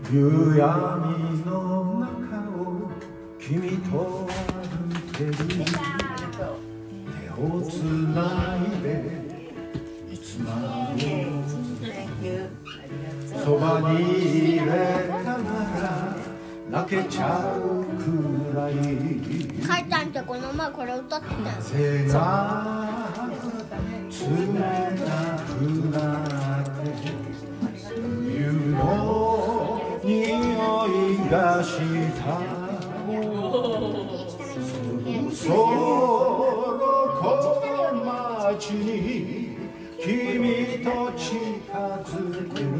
夕闇の中を君と歩いてる手をつないでいつまでもそばにいれたなら泣けちゃうくらいかいちゃんってこの前これ歌ってたよ風が冷たくなって冬の匂いがしたそろこの街に君と近づける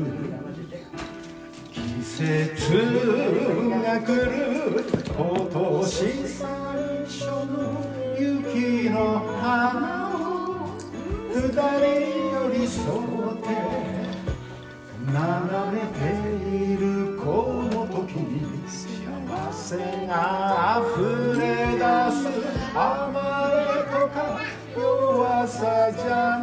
季節が来る今年最初の雪の花を二人寄り添って眺めているこの時に幸せが溢れ出す甘えとか弱さじゃ